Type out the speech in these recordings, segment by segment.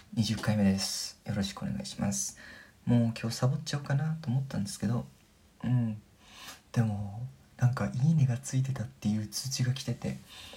20回目です。よろしくお願いします。もう今日サボっちゃおうかなと思ったんですけど、でもなんかいいねがついてたっていう通知が来てて、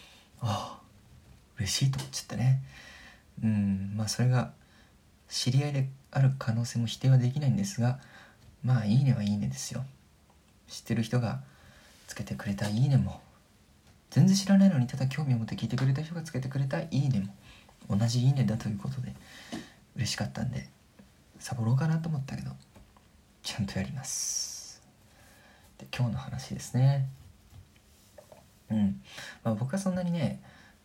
嬉しいと思っちゃったね。それが知り合いである可能性も否定はできないんですが、いいねはいいねですよ。知ってる人がつけてくれたいいねも、全然知らないのにただ興味を持って聞いてくれた人がつけてくれたいいねも同じいいねだということで嬉しかったんで、サボろうかなと思ったけどちゃんとやります。で、今日の話ですね。僕はそんなにね、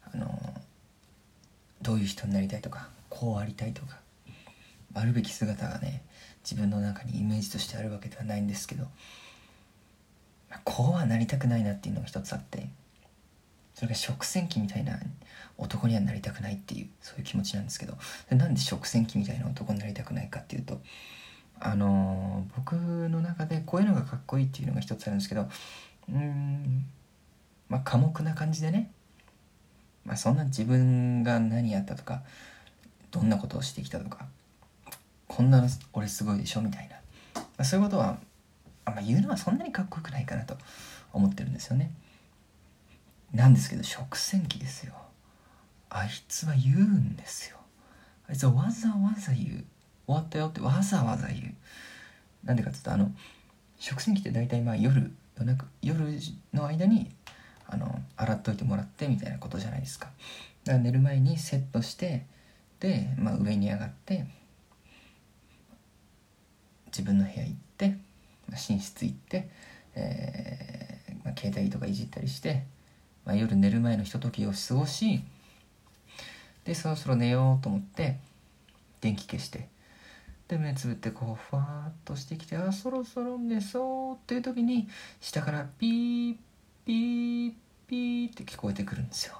どういう人になりたいとかこうありたいとかあるべき姿がね自分の中にイメージとしてあるわけではないんですけど、こうはなりたくないなっていうのが一つあって、それが食洗機みたいな男にはなりたくないっていう、そういう気持ちなんですけど、なんで食洗機みたいな男になりたくないかっていうと、僕の中でこういうのがかっこいいっていうのが一つあるんですけど、寡黙な感じでね、そんな自分が何やったとかどんなことをしてきたとかこんなの俺すごいでしょみたいな、そういうことは言うのはそんなにかっこよくないかなと思ってるんですよね。なんですけど食洗機ですよ。あいつは言うんですよ。あいつはわざわざ言う。終わったよってわざわざ言う。なんでかっていうと、食洗機って大体夜の間に洗っといてもらってみたいなことじゃないですか。だから寝る前にセットしてで、上に上がって自分の部屋行って、寝室行って、携帯とかいじったりして、夜寝る前のひとときを過ごし、でそろそろ寝ようと思って電気消して、で目つぶってこうふわーっとしてきて、そろそろ寝そうっていう時に下からピーピーピーって聞こえてくるんですよ。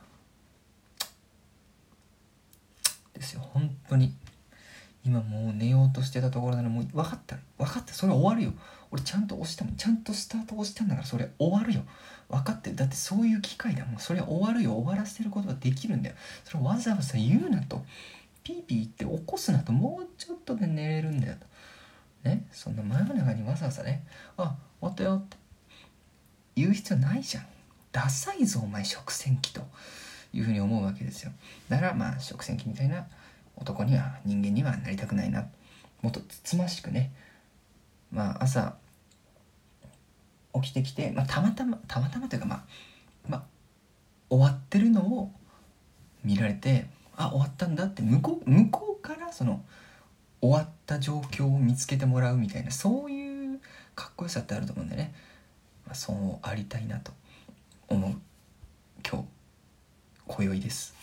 本当に今もう寝ようとしてたところなの。もう分かった、それ終わるよ。俺ちゃんと押したもん、ちゃんとスタート押したんだから、それ終わるよ。分かってる。だってそういう機会だもん。それは終わるよ。終わらせることができるんだよ。それをわざわざ言うなと、ピーピーって起こすなと、もうちょっとで寝れるんだよとね。そんな真夜中にわざわざね、終わったよって言う必要ないじゃん。ダサいぞお前食洗機というふうに思うわけですよ。だから食洗機みたいな男には、人間にはなりたくないな。もっとつつましくね、朝起きてきて、たまたまというか終わってるのを見られて、終わったんだって向こうからその終わった状況を見つけてもらうみたいな、そういうかっこよさってあると思うんでね、そうありたいなと思う今宵です。